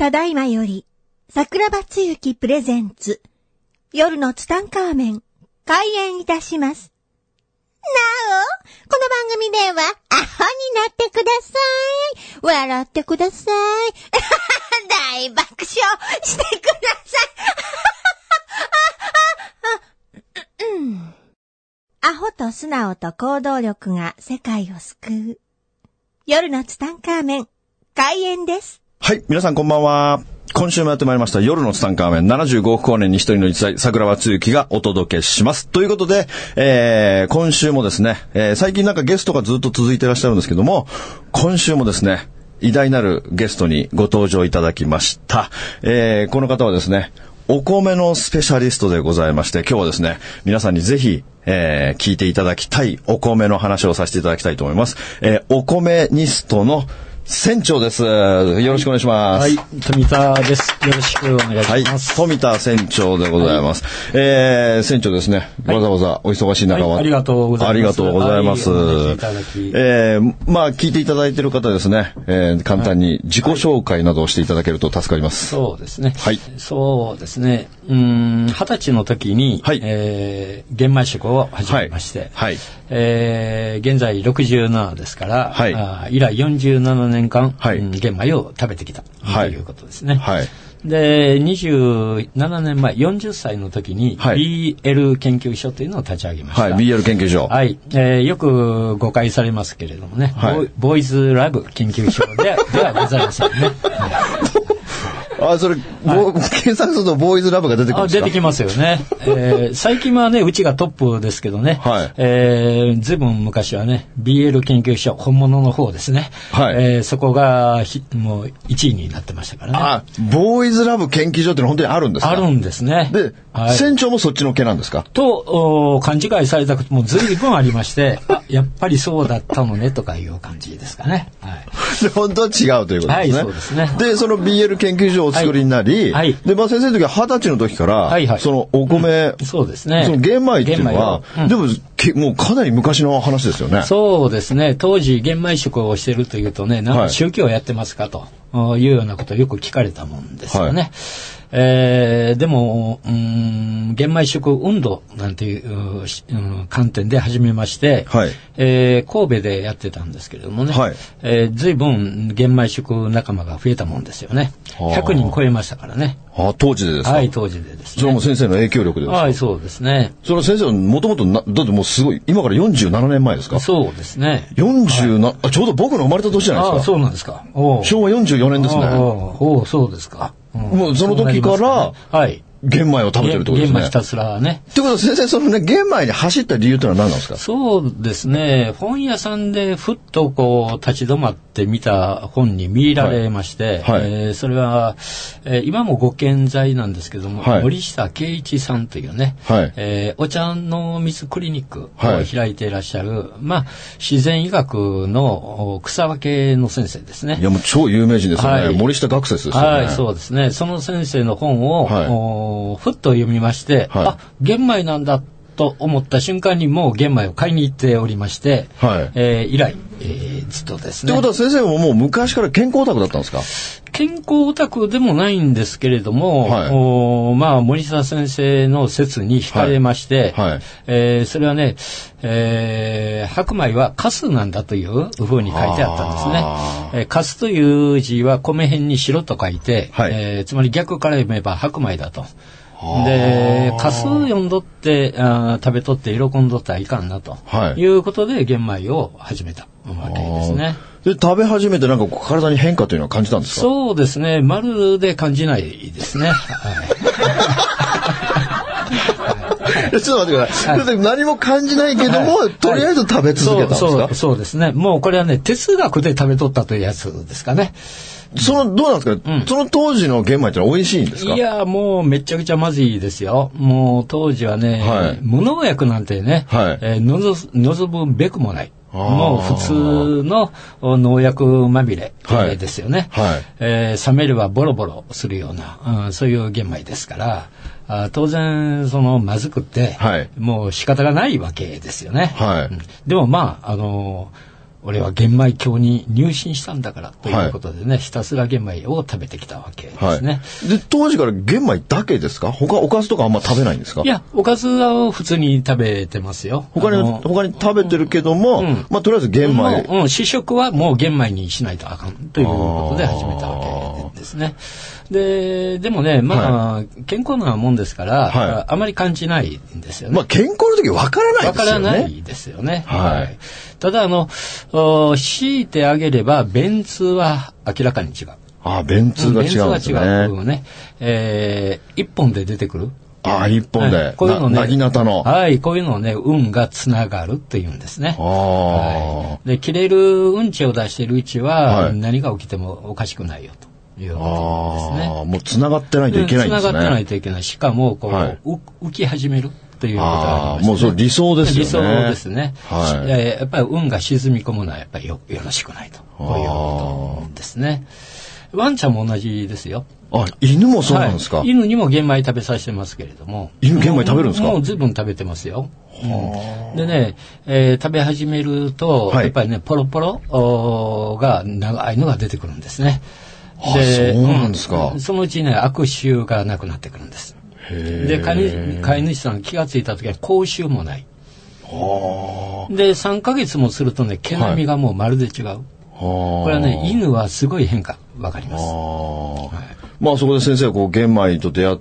ただいまより、桜庭つゆきプレゼンツ、夜のツタンカーメン、開演いたします。なお、この番組では、アホになってください。笑ってください。大爆笑してください。アホと素直と行動力が世界を救う。夜のツタンカーメン、開演です。 はい、皆さんこんばんは。今週もやってまいりました夜のツタンカーメン75億光年に一人の一代桜庭つゆきがお届けします。ということで、今週もですね、最近なんかゲストがずっと続いていらっしゃるんですけども、今週もですね、偉大なるゲストにご登場いただきました。この方はですね、お米のスペシャリストでございまして、今日はですね、皆さんにぜひ、聞いていただきたいお米の話をさせていただきたいと思います。お米ニストの船長です。よろしくお願いします。 はい、富田です。よろしくお願いします。 はい、富田船長でございます。はい、船長ですね、わざわざお忙しい中は、 はい、ありがとうございます。 ありがとうございます。 はい、 まあ聞いていただいている方ですね、簡単に自己紹介などをしていただけると助かります。 そうですね。 はい。 そうですね。20歳の時に、 はい、 玄米食を始めまして、 はい、 現在67ですから、 はい、 以来47年間、 はい、 玄米を食べてきた、 はい、 ということですね。 はい。 で、27年前、40歳の時に、 はい、 BL 研究所というのを立ち上げました。 はい、BL 研究所。 はい。よく誤解されますけれどもね、はい、ボーイズラブ研究所ではございませんね。 あ、それ、検索するとボーイズラブが出てくるんですか？ 出てきますよね。最近はね、うちがトップですけどね。 はい。 ずいぶん昔はね、BL 研究所、本物の方ですね。 はい。 そこがもう1位になってましたからね。 あ、ボーイズラブ研究所ってのは本当にあるんですか？ あるんですね。 で、はい、船長もそっちの系なんですか？ と、勘違いされたこともずいぶんありまして、やっぱりそうだったのねとかいう感じですかね。はい。 で、本当は違うということですね。 はい、そうですね。 で、その BL 研究所をお作りになり、はい、で、まあ先生の時は20歳の時から、はいはい、そのお米、 そうですね。 その玄米っていうのは、でももうかなり昔の話ですよね。 そうですね。当時玄米食をしてるというとね、なんか宗教やってますかというようなことをよく聞かれたもんですよね。はい、でも、玄米食運動なんていう、観点で始めまして、はい、神戸でやってたんですけれどもね、はい、随分玄米食仲間が増えたもんですよね。100人超えましたからね。 当時でですか？ はい、当時でですね。 それも先生の影響力ですか？ はい、そうですね。 それは先生はもともと、だってもうすごい、今から47年前ですか？ そうですね。 はい、ちょうど僕の生まれた年じゃないですか。 あ、そうなんですか。 昭和44年ですね。 そうですか。 もうその時から、はい。玄米を食べてるってことですね。 玄米ひたすらね。 ってことは先生、そのね、玄米に走った理由ってのは何なんですか？ そうですね。本屋さんでふっとこう立ち止まって見た本に見入られまして、はいはい、それは、今もご健在なんですけども、はい、森下圭一さんというね、はい、お茶の水クリニックを開いていらっしゃる、はい、まあ、自然医学の草分けの先生ですね。 いや、もう超有名人ですよね。はい、森下学説ですよね。 はい、そうですね。その先生の本を、はいふっと読みまして、はい、あ、玄米なんだと思った瞬間にもう玄米を買いに行っておりまして、はい以来、ずっとですね。 ということは先生ももう昔から健康オタクだったんですか？ 健康オタクでもないんですけれども、はいまあ、森下先生の説に惹かれまして、はいはいそれはね、白米はカスなんだというふうに書いてあったんですね。カスという字は米辺に白と書いて、はいつまり逆から読めば白米だと。で、カス読んどって食べとって喜んどったらいかんなと、はい、いうことで玄米を始めたわけですね。 で、食べ始めてなんか体に変化というのは感じたんですか？ そうですね。まるで感じないですね。はいちょっと待ってください。はい、何も感じないけども、はい、とりあえず食べ続けたんですか？ そうですね。もうこれはね、哲学で食べとったというやつですかね。 どうなんですか、その当時の玄米ってのは美味しいんですか？ いや、もうめちゃくちゃまずいですよ。もう当時はね、はい、無農薬なんてね、はい望むべくもない。もう普通の農薬まみれですよね。はい冷めればボロボロするような、そういう玄米ですから、当然まずくって、はい、もう仕方がないわけですよね。はいでもまあ俺は玄米教に入信したんだからということでね、ひたすら玄米を食べてきたわけですね。 で、当時から玄米だけですか？おかずとかあんま食べないんですか？ いや、おかずは普通に食べてますよ。 他に食べてるけども、まあとりあえず玄米。 主食はもう玄米にしないとあかんということで始めたわけですね。でもね、まあ、健康なもんですから、あまり感じないんですよね。 まあ健康の時わからないですよね。わからないですよね。ただ強いてあげれば便通は明らかに違う。 便通が違うんですね。 便通が違うね。一本で出てくる。 一本で。 こういうのね。 なぎなたの。 こういうのをね、運がつながるっていうんですね。で、切れるうんちを出しているうちは、何が起きてもおかしくないよと。いうことですね。 もう繋がってないといけないんですね。 繋がってないといけない。しかも、浮き始めるということがありまして、 もうそれ理想ですよね。 理想ですね。やっぱり運が沈み込むのはやっぱりよろしくないと。こういうことですね。ワンちゃんも同じですよ。 犬もそうなんですか？ 犬にも玄米食べさせてますけれども。 犬玄米食べるんですか？ もう随分食べてますよ。でね、食べ始めると、やっぱりね、ポロポロが長いのが出てくるんですね。 そうなんですか。 そのうちね、悪臭がなくなってくるんです。で、飼い主さん気がついた時は口臭もない。で、3ヶ月もするとね、毛並みがもうまるで違う。これはね、犬はすごい変化わかります。 まあそこで先生は玄米と出会って、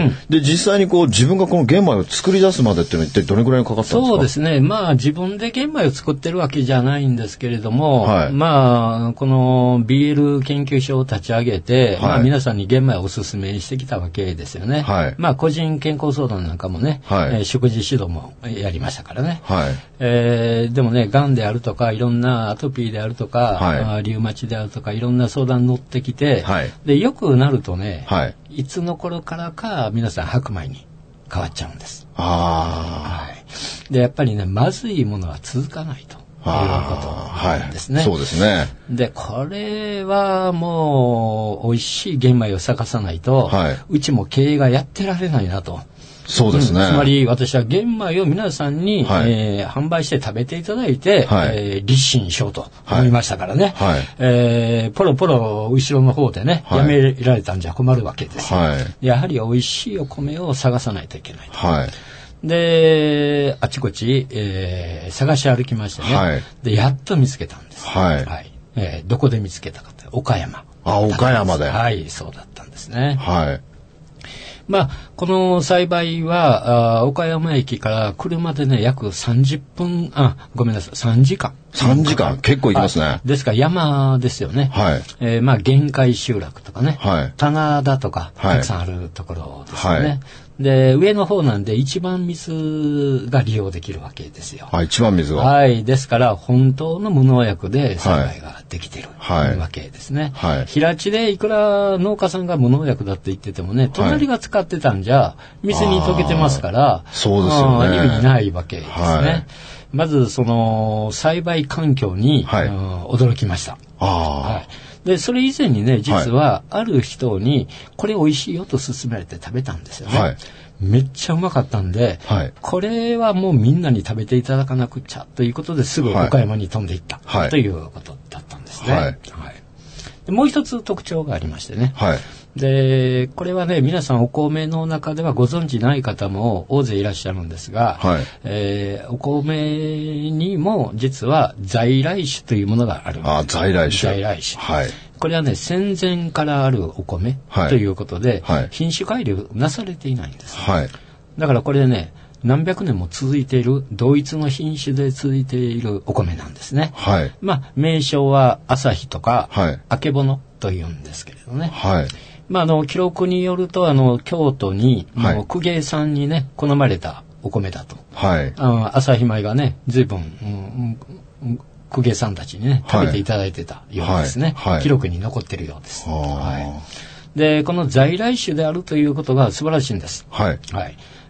で実際に自分がこの玄米を作り出すまでっていうのは一体どれくらいかかったんですか？ そうですね。まあ自分で玄米を作ってるわけじゃないんですけれども、まあこの BL 研究所を立ち上げて、まあ皆さんに玄米をおすすめしてきたわけですよね。まあ個人健康相談なんかもね、食事指導もやりましたからね。でもね、癌であるとかいろんなアトピーであるとか、リウマチであるとかいろんな相談乗ってきて、でよくなるとね、いつの頃からか皆さん白米に変わっちゃうんです。でやっぱりね、まずいものは続かないということなんですね。 そうですね。 でこれはもう美味しい玄米を探さないと、うちも経営がやってられないなと。 そうですね。 つまり私は玄米を皆さんに、販売して食べていただいて、立身しようと思いましたからね、ポロポロ後ろの方でね、やめられたんじゃ困るわけですよ。やはり美味しいお米を探さないといけないと。であちこち、探し歩きましてね、でやっと見つけたんです。どこで見つけたかと、岡山。 岡山で。 そうだったんですね。まあ、この栽培は岡山駅から車でね約30分ごめんなさい3時間結構行きますね。 ですから山ですよね。まあ限界集落とかね、棚田とかたくさんあるところですよね。で上の方なんで一番水が利用できるわけですよ。 一番水が。 ですから本当の無農薬で栽培ができてるわけですね。平地でいくら農家さんが無農薬だって言っててもね、隣が使ってたんじゃ水に溶けてますから、 そうですよね。 意味ないわけですね。まずその栽培環境に、驚きました。でそれ以前にね、実はある人にこれ美味しいよと勧められて食べたんですよね。めっちゃうまかったんで、これはもうみんなに食べていただかなくちゃということですぐ岡山に飛んでいった、ということだったんですね。でもう一つ特徴がありましてね。でこれはね、皆さんお米の中ではご存じない方も大勢いらっしゃるんですが、お米にも実は在来種というものがあるんです。 在来種。 これはね、戦前からあるお米ということで、品種改良なされていないんです。だからこれでね、何百年も続いている同一の品種で続いているお米なんですね。まあ名称は朝日とか、あけぼのというんですけれどね。まあ記録によると京都に公家さんにね好まれたお米だと。朝日米がね随分、公家さんたちにね食べていただいてたようですね。記録に残っているようです。でこの在来種であるということが素晴らしいんです。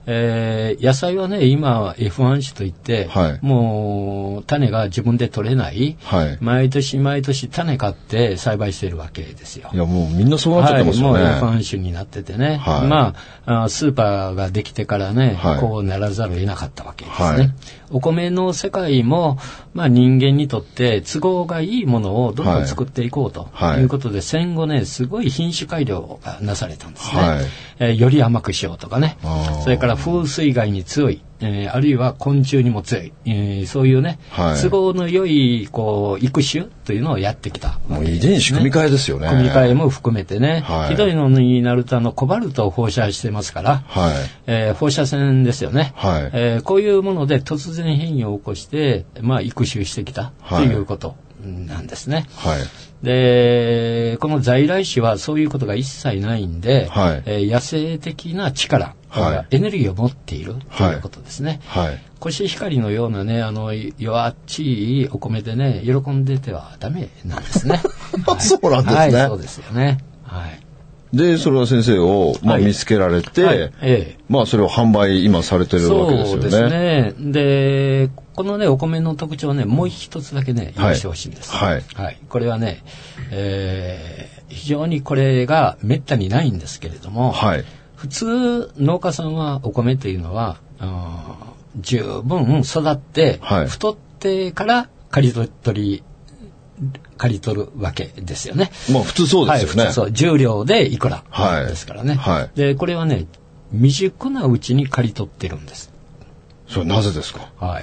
野菜はね、今は F1 種といって、もう種が自分で取れない、毎年毎年種買って栽培しているわけですよ。 いや、もうみんなそうなっちゃってますよね。 もう F1 種になっててね。まあ、スーパーができてからね、こうならざるを得なかったわけですね。お米の世界も、まあ人間にとって都合がいいものをどんどん作っていこうということで、戦後ね、すごい品種改良がなされたんですね。より甘くしようとかね。それから風水害に強い、あるいは昆虫にも強い、そういうね、都合の良いこう育種というのをやってきた、 もう遺伝子組み換えですよね。 組み換えも含めてね、ひどいのになるとコバルトを放射してますから、放射線ですよね、こういうもので突然変異を起こして、まあ、育種してきたということなんですね。で、この在来種はそういうことが一切ないんで、野生的な力、エネルギーを持っているということですね。コシヒカリのようなね、弱っちいお米でね、喜んでてはダメなんですね。 そうなんですね。 そうですよね。 で、それは先生を、まあ、見つけられて、まあ、それを販売今されてるわけですよね。 そうですね。で、このね、お米の特徴はね、もう一つだけね、言わしてほしいんです。これはね、非常にこれが滅多にないんですけれども、普通農家さんはお米というのは、十分育って、太ってから刈り取るわけですよね。 まあ普通そうですよね。 そう、重量でいくらですからね。で、これはね、未熟なうちに刈り取ってるんです。 それはなぜですか？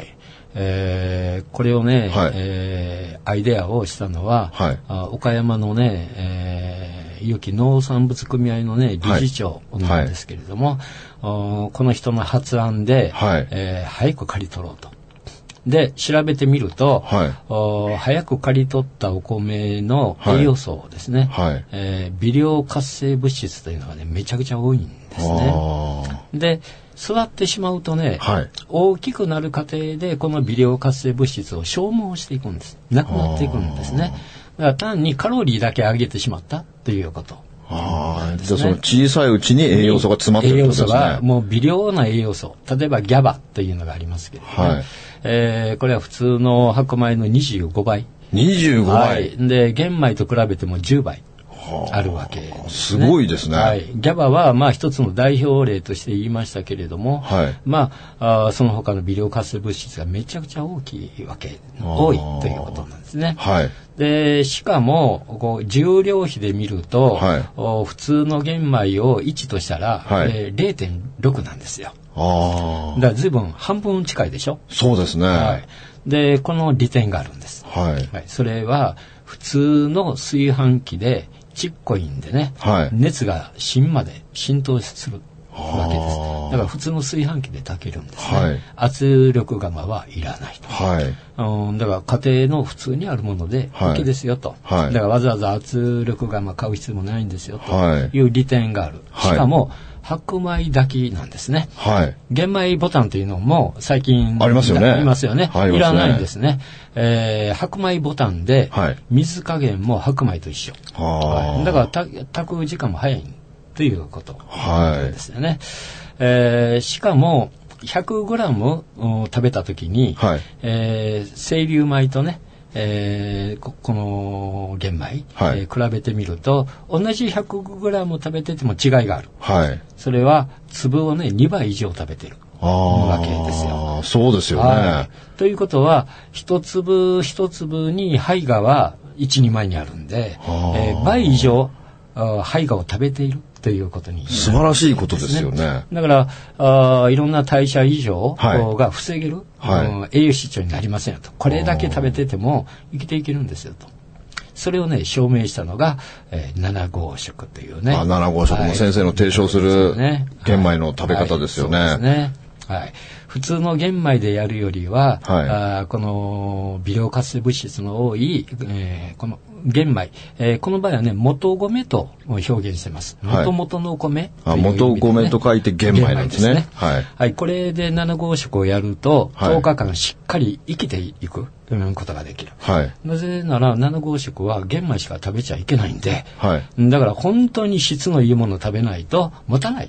これをね、アイデアをしたのは、岡山のね、有機農産物組合のね、理事長なんですけれども、この人の発案で、早く刈り取ろうと。で、調べてみると、早く刈り取ったお米の栄養素ですね、微量活性物質というのがね、めちゃくちゃ多いんですね。で、育ってしまうとね、大きくなる過程でこの微量活性物質を消耗していくんです。なくなっていくんですね。だから単にカロリーだけ上げてしまったということ。 じゃあその小さいうちに栄養素が詰まってるんですね。 栄養素はもう微量な栄養素。例えばギャバというのがありますけどね。これは普通の白米の25倍。 25倍。 で、玄米と比べても10倍。あるわけですね。 すごいですね。 ギャバはまあ一つの代表例として言いましたけれども、まあその他の微量活性物質がめちゃくちゃ大きいわけ、多いということなんですね。で、しかもこう重量比で見ると、普通の玄米を1としたら、0.6 なんですよ。だから随分半分近いでしょ。 そうですね。 で、この利点があるんです。それは普通の炊飯器でちっこいんでね、熱が芯まで浸透するわけです。だから普通の炊飯器で炊けるんですね。圧力釜はいらないと。だから家庭の普通にあるもので OK ですよと。だからわざわざ圧力釜買う必要もないんですよという利点がある。しかも白米炊きなんですね。玄米ボタンというのも最近ありますよね。 ありますよね。いらないんですね。白米ボタンで水加減も白米と一緒。だから炊く時間も早いということなんですよね。しかも100グラム食べたときに、清流米とね、この玄米、比べてみると同じ100グラム食べてても違いがある。それは粒をね2倍以上食べてるわけですよ。 そうですよね。 ということは一粒一粒に胚芽は 1,2 枚にあるんで、倍以上胚芽を食べているということに、 素晴らしいことですよね。 だからいろんな代謝異常が防げる、栄養失調になりませんよと。これだけ食べてても生きていけるんですよと。それをね証明したのが、7号食というね。 7号食も先生の提唱する玄米の食べ方ですよね。 普通の玄米でやるよりは、この微量活性物質の多い、この玄米、この場合はね元米と表現してます。元々の米という意味で、ね、元米と書いて玄米なんですね。 これで7号食をやると10日間しっかり生きていくことができる。なぜなら7号食は玄米しか食べちゃいけないんで、だから本当に質のいいものを食べないと持たないと。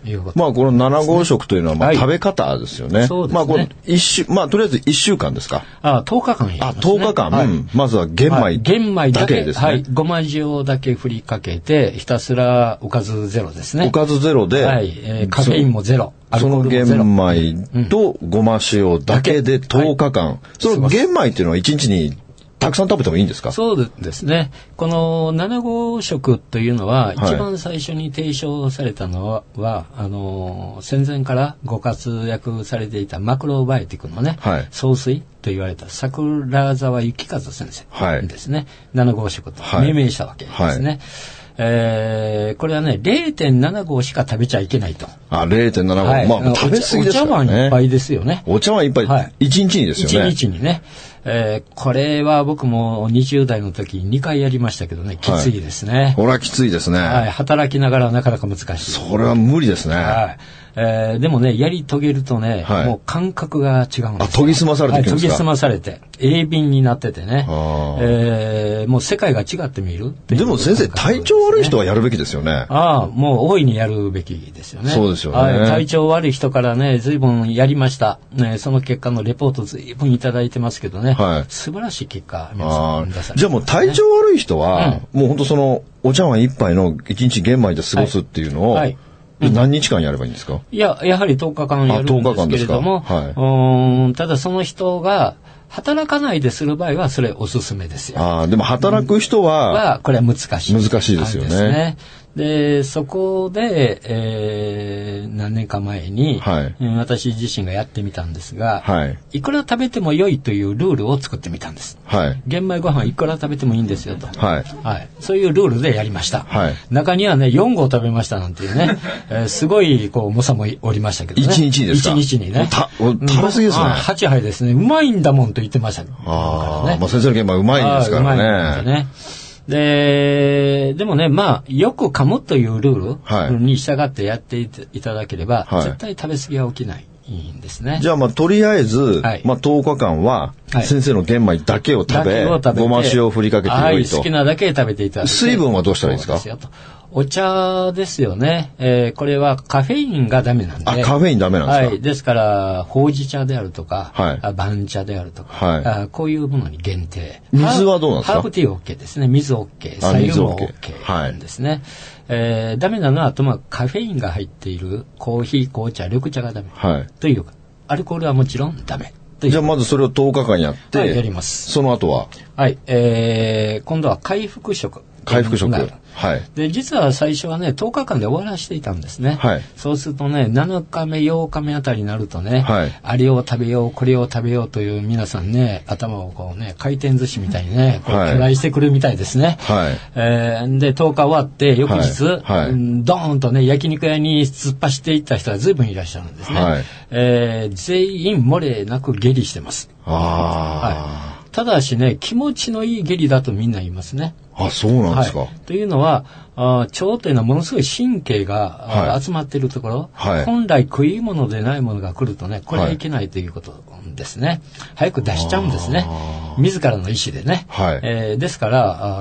いうこと。 まあ、この7号食というのは、まあ、食べ方ですよね。 そうですね。 まあ、このまあ、とりあえず1週間ですか。 10日間やりますね。 10日間。まずは玄米だけですね。 はい。ごま塩だけ振りかけて、ひたすらおかずゼロですね。 おかずゼロで、 はい。カフェインもゼロ。 その玄米とごま塩だけで10日間。その玄米っていうのは1日にたくさん食べてもいいんですか？ そうですね。この7号食というのは、一番最初に提唱されたのは、戦前からご活躍されていたマクロバイオティクのね、総帥と言われた桜沢幸和先生ですね。7号食と命名したわけですね。これはね、0.7 合しか食べちゃいけないと。 0.7 合。まあ、食べ過ぎですからね。 お茶碗一杯ですよね。 お茶碗一杯、1日にですよね。 1日にね。これは僕も20代の時2回やりましたけどね、きついですね。 これはきついですね。 はい。働きながらなかなか難しい。 それは無理ですね。 はい。でもね、やり遂げるとね、もう感覚が違うんです。 研ぎ澄まされてくるんですか？ 研ぎ澄まされて、鋭敏になっててね、もう世界が違って見るっていう。 でも先生、体調悪い人はやるべきですよね。 もう大いにやるべきですよね。 そうですよね。 体調悪い人からね、随分やりました。その結果のレポート随分いただいてますけどね、素晴らしい結果、皆さん出されてますね。 じゃあもう体調悪い人は、もう本当その、お茶碗一杯の1日玄米で過ごすっていうのを、何日間やればいいんですか？いや、やはり10日間やるんですけれども、ただその人が働かないでする場合はそれおすすめですよ。 でも働く人は、 これは難しい。 難しいですよね。 で、そこで、何年か前に、私自身がやってみたんですが、いくら食べても良いというルールを作ってみたんです。玄米ご飯いくら食べてもいいんですよと。そういうルールでやりました。中にはね、4合食べましたなんていうね、すごい、猛者もおりましたけどね。 1日ですか？ 1日にね。 食べ過ぎですね。 8杯ですね。うまいんだもんと言ってました。 まあ先生の玄米うまいんですからね。うまいんですね。 でもね、まあ、よく噛むというルールに従ってやっていただければ、絶対食べ過ぎは起きないんですね。 じゃあ、まあ、とりあえず、まあ、10日間は、先生の玄米だけを食べ、ごま塩を振りかけて良いと。 好きなだけ食べていただいて。 水分はどうしたらいいですか？ お茶ですよね。これはカフェインがダメなんで。 カフェインダメなんですか？ ですから、ほうじ茶であるとか、番茶であるとか、こういうものに限定。 水はどうなんですか？ ハーブティー OK ですね。水 OK。白湯も OK なんですね。ダメなのは、カフェインが入っているコーヒー、紅茶、緑茶がダメ。というか、アルコールはもちろんダメ。 じゃあまずそれを10日間やって、 やります。 その後は今度は回復食。で、実は最初はね、10日間で終わらせていたんですね。そうするとね、7日目、8日目あたりになるとね、あれを食べよう、これを食べようという皆さんね、頭をこうね、回転寿司みたいにね、こう巨来してくるみたいですね。で、10日終わって、翌日、ドーンとね、焼肉屋に突っ走っていった人は随分いらっしゃるんですね。全員漏れなく下痢してます。ただしね、気持ちのいい下痢だとみんな言いますね。 そうなんですか。 というのは、腸というのはものすごい神経が、集まっているところ、本来食い物でないものが来るとね、これはいけないということですね。早く出しちゃうんですね。自らの意思でね。ですから、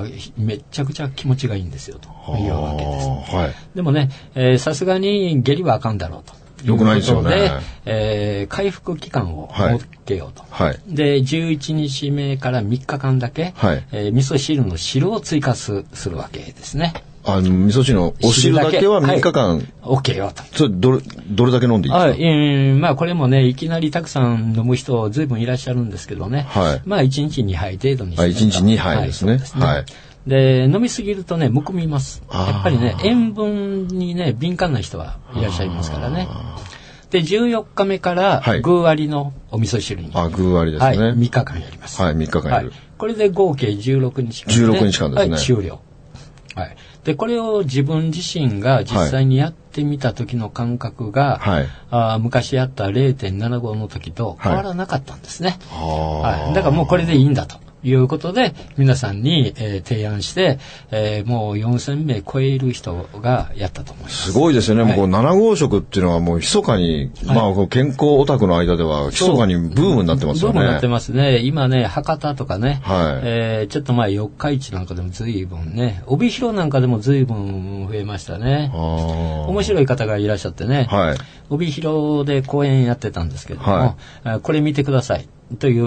めちゃくちゃ気持ちがいいんですよ、というわけです。でもね、さすがに下痢はあかんだろうと。 よくないですよね。 回復期間を設けようと。で、11日目から3日間だけ、味噌汁の汁を追加するわけですね。 味噌汁のお汁だけは3日間。 OK よと。 それどれだけ飲んでいいですか？ まあこれもね、いきなりたくさん飲む人随分いらっしゃるんですけどね。まあ1日2杯程度にして。 1日2杯ですね。 で、飲みすぎるとね、むくみます。やっぱりね、塩分にね、敏感な人はいらっしゃいますからね。で、14日目から、具割りのお味噌汁に。 具割りですね。 3日間やります。 3日間やる。 これで合計16日間。 16日間ですね。 終了。で、これを自分自身が実際にやってみた時の感覚が、昔やった 0.75 の時と変わらなかったんですね。だからもうこれでいいんだと。 いうことで、皆さんに、提案して、もう4000名超える人がやったと思います。 すごいですよね。もうこう7号食っていうのはもう密かに、まあ健康オタクの間では密かにブームになってますよね。 ブームになってますね。今ね、博多とかね、ちょっと前四日市なんかでも随分ね、帯広なんかでも随分増えましたね。面白い方がいらっしゃってね、帯広で講演やってたんですけども、これ見てください。という、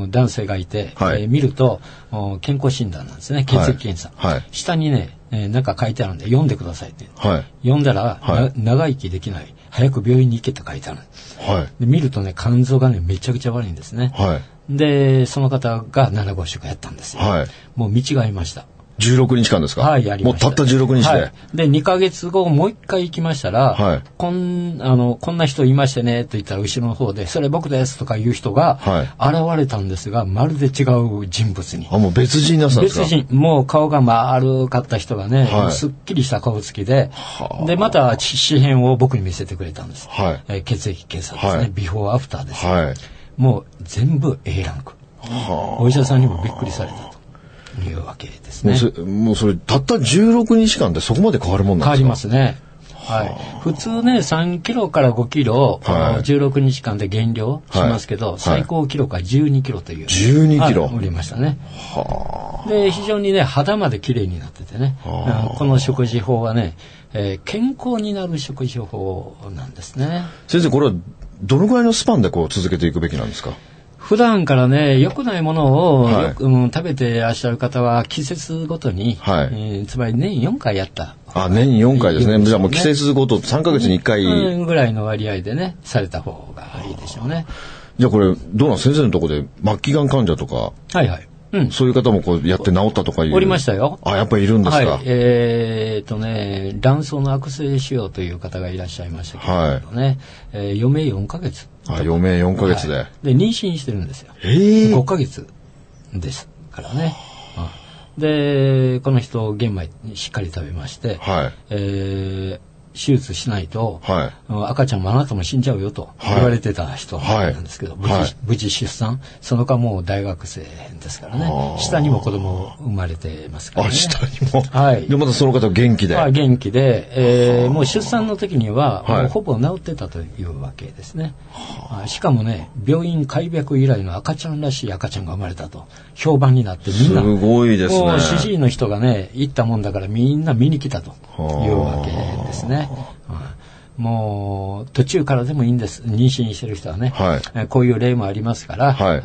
男性がいて、見ると健康診断なんですね。血液検査、下にね、なんか書いてあるんで読んでくださいって、読んだら、長生きできない早く病院に行けって書いてある、で見るとね、肝臓がねめちゃくちゃ悪いんですね、でその方が7号食やったんですよ、もう見違いました。 16日間ですか？ やりました。 もうたった16日で。 で、2ヶ月後、もう1回行きましたら、こんな人いましてね、と言ったら、後ろの方で、それ僕ですとかいう人が、現れたんですが、まるで違う人物に。 もう別人になったんですか？ 別人。もう顔が丸かった人がね、すっきりした顔つきで、で、また、紙片を僕に見せてくれたんです。血液検査ですね。ビフォーアフターです。もう、全部 A ランク。お医者さんにもびっくりされたと。いうわけですね。 もうそれたった16日間でそこまで変わるもんなんですか？ 変わりますね。普通ね3キロから5キロ、16日間で減量しますけど、最高記録は12キロという 12キロおりましたね。で非常にね肌まで綺麗になっててね、この食事法はね、健康になる食事法なんですね。 先生、これはどのぐらいのスパンでこう続けていくべきなんですか？ 普段からね、良くないものを食べていらっしゃる方は季節ごとに、つまり年4回やった。 年4回ですね。じゃあもう季節ごと3ヶ月に1回。 ぐらいの割合でね、された方がいいでしょうね。 じゃあこれ、どうなん先生のところで末期がん患者とか、そういう方もこうやって治ったとかいう。 おりましたよ。 やっぱりいるんですか？ 卵巣の悪性腫瘍という方がいらっしゃいましたけどね、余命4ヶ月。 余命4ヶ月で。 で、妊娠してるんですよ。5ヶ月ですからね。で、この人、玄米しっかり食べまして、手術しないと、赤ちゃんもあなたも死んじゃうよと言われてた人なんですけど、無事出産、その間もう大学生ですからね、下にも子供生まれてますからね。 下にも。で、またその方元気で。 元気で、もう出産の時には、もうほぼ治ってたというわけですね。しかもね、病院開脈以来の赤ちゃんらしい赤ちゃんが生まれたと評判になって、みんな、 すごいですね。 もう主治医の人がね、行ったもんだからみんな見に来たというわけですね。もう途中からでもいいんです。妊娠してる人はね、こういう例もありますから、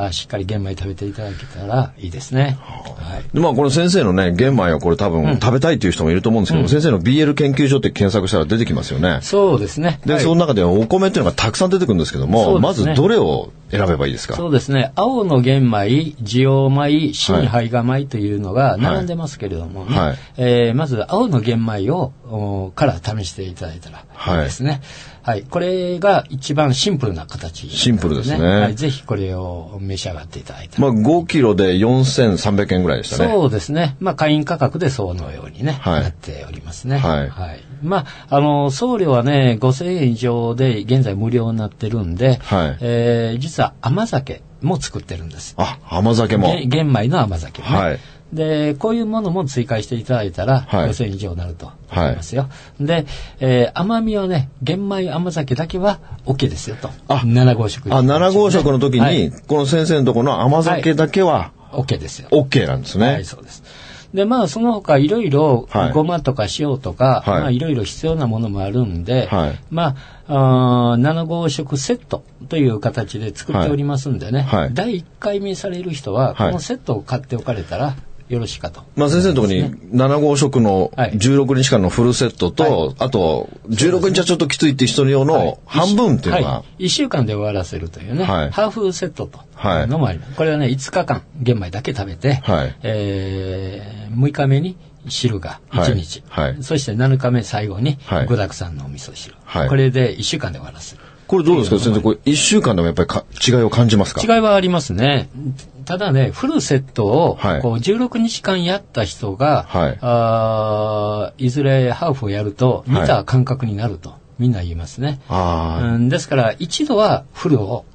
しっかり玄米食べていただけたらいいですね。 でこの先生のね玄米をこれ多分食べたいという人もいると思うんですけど、先生の BL 研究所って検索したら出てきますよね。 そうですね。 で、その中ではお米っていうのがたくさん出てくるんですけども、まずどれを選べばいいですか？ そうですね。青の玄米、地黄米、新胚芽米というのが並んでますけれどもね、まず青の玄米をから試していただいたらいいですね。これが一番シンプルな形、 シンプルですね。 ぜひこれを召し上がっていただいて。 5キロで4300円ぐらいでしたね。 そうですね。会員価格でそのようにね、なっておりますね。送料はね、5000円以上で現在無料になってるんで、実は甘酒も作ってるんです。 甘酒も。 玄米の甘酒ね。で、こういうものも追加していただいたら、5000円以上になると思いますよ。で、甘みはね、玄米甘酒だけは OK ですよと。7号食。 7号食の時に、この先生のところの甘酒だけは、 OK ですよ。 OK なんですね。 そうです。で、その他いろいろ、ごまとか塩とか、いろいろ必要なものもあるんで、7号食セットという形で作っておりますんでね、第1回目される人は、このセットを買っておかれたら、よろしいかと。 先生のところに7号食の16日間のフルセットと、あと16日はちょっときついっていう人用の半分っていうのが、 1週間で終わらせるというね、ハーフセットというのもあります。これはね、5日間玄米だけ食べて、6日目に汁が1日、そして7日目最後に具沢山のお味噌汁、これで1週間で終わらせる。 これどうですか先生、これ1週間でもやっぱり違いを感じますか？ 違いはありますね。ただね、フルセットを16日間やった人が、いずれハーフをやると似た感覚になるとみんな言いますね。ですから一度はフルを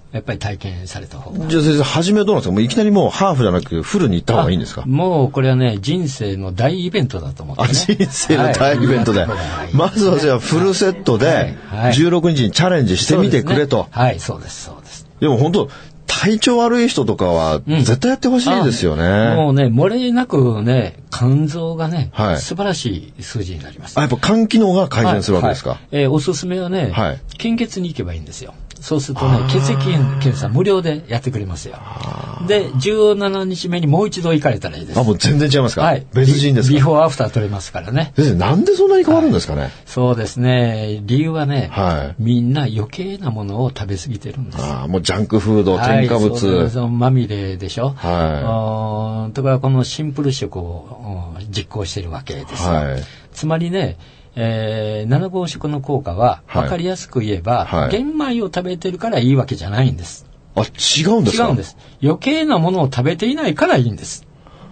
やっぱり体験された方が。 じゃあ先生、初めはどうなんですか？もういきなりもうハーフじゃなくフルに行った方がいいんですか？ もうこれはね、人生の大イベントだと思ってね。 人生の大イベントで。まずはじゃあフルセットで、16日にチャレンジしてみてくれと。 はい、そうです、そうです。 でも本当、体調悪い人とかは絶対やってほしいですよね。 もうね、漏れなくね、肝臓がね、素晴らしい数字になります。 やっぱ肝機能が改善するわけですか？ おすすめはね、献血に行けばいいんですよ。そうするとね、血液検査無料でやってくれますよ。で、17日目にもう一度行かれたらいいです。 もう全然違いますか？はい。別人ですか？ ビフォーアフター取れますからね。 先生、なんでそんなに変わるんですかね？ そうですね。理由はね、みんな余計なものを食べ過ぎてるんです。 もうジャンクフード、添加物。 まみれでしょ。とか、このシンプル食を実行してるわけですよ。つまりね、7号食の効果は分かりやすく言えば、玄米を食べてるからいいわけじゃないんです。 違うんですか？ 違うんです。余計なものを食べていないからいいんです。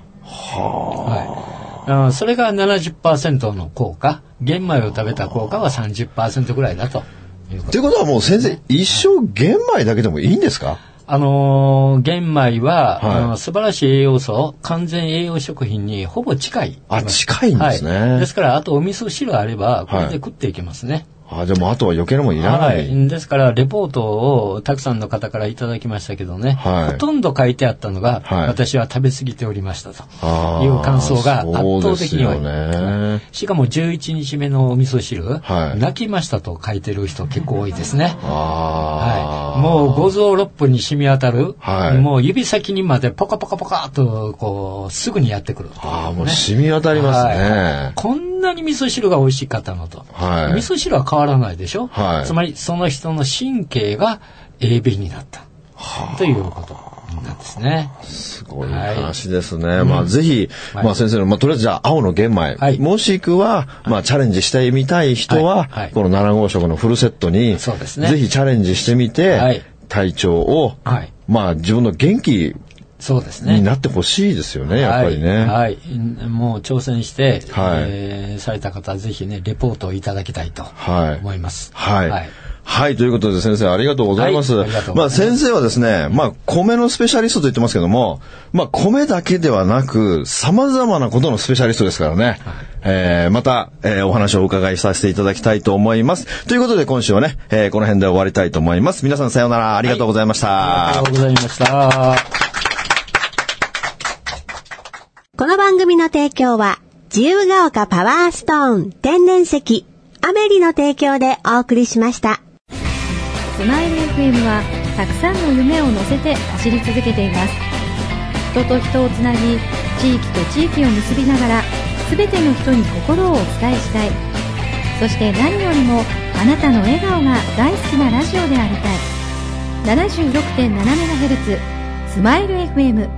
それが 70% の効果、玄米を食べた効果は 30% ぐらいだということ。 ということはもう先生、一生玄米だけでもいいんですか？ 玄米は、素晴らしい栄養素、完全栄養食品にほぼ近い。 近いんですね。 ですから、あとお味噌汁あれば、これで食っていけますね。 じゃあもうあとは余計なもんいらない。 ですから、レポートをたくさんの方からいただきましたけどね、ほとんど書いてあったのが、私は食べ過ぎておりましたという感想が圧倒的に多い。しかも11日目のお味噌汁、泣きましたと書いてる人結構多いですね。もう五臓六腑に染み当たる、もう指先にまでポカポカポカっとこうすぐにやってくる。 もう染み当たりますね。 こんなに味噌汁が美味しかったのと。味噌汁は変わらないでしょ。つまりその人の神経が鋭敏になったということなんですね。 すごい話ですね。ぜひ、先生の、とりあえずじゃあ青の玄米、もしくは、チャレンジしてみたい人は、この7号食のフルセットに、ぜひチャレンジしてみて、体調を、自分の元気になってほしいですよね、やっぱりね。 もう挑戦して、された方はぜひね、レポートをいただきたいと思います。 ということで先生ありがとうございます。先生はですね、米のスペシャリストと言ってますけども、米だけではなく、様々なことのスペシャリストですからね。また、お話をお伺いさせていただきたいと思います。ということで今週はね、この辺で終わりたいと思います。皆さんさようなら、ありがとうございました。 ありがとうございました。 この番組の提供は、自由が丘パワーストーン天然石、アメリの提供でお送りしました。 スマイル FM はたくさんの夢を乗せて走り続けています。人と人をつなぎ、地域と地域を結びながら、すべての人に心をお伝えしたい。そして何よりもあなたの笑顔が大好きなラジオでありたい。76.7MHz スマイル FM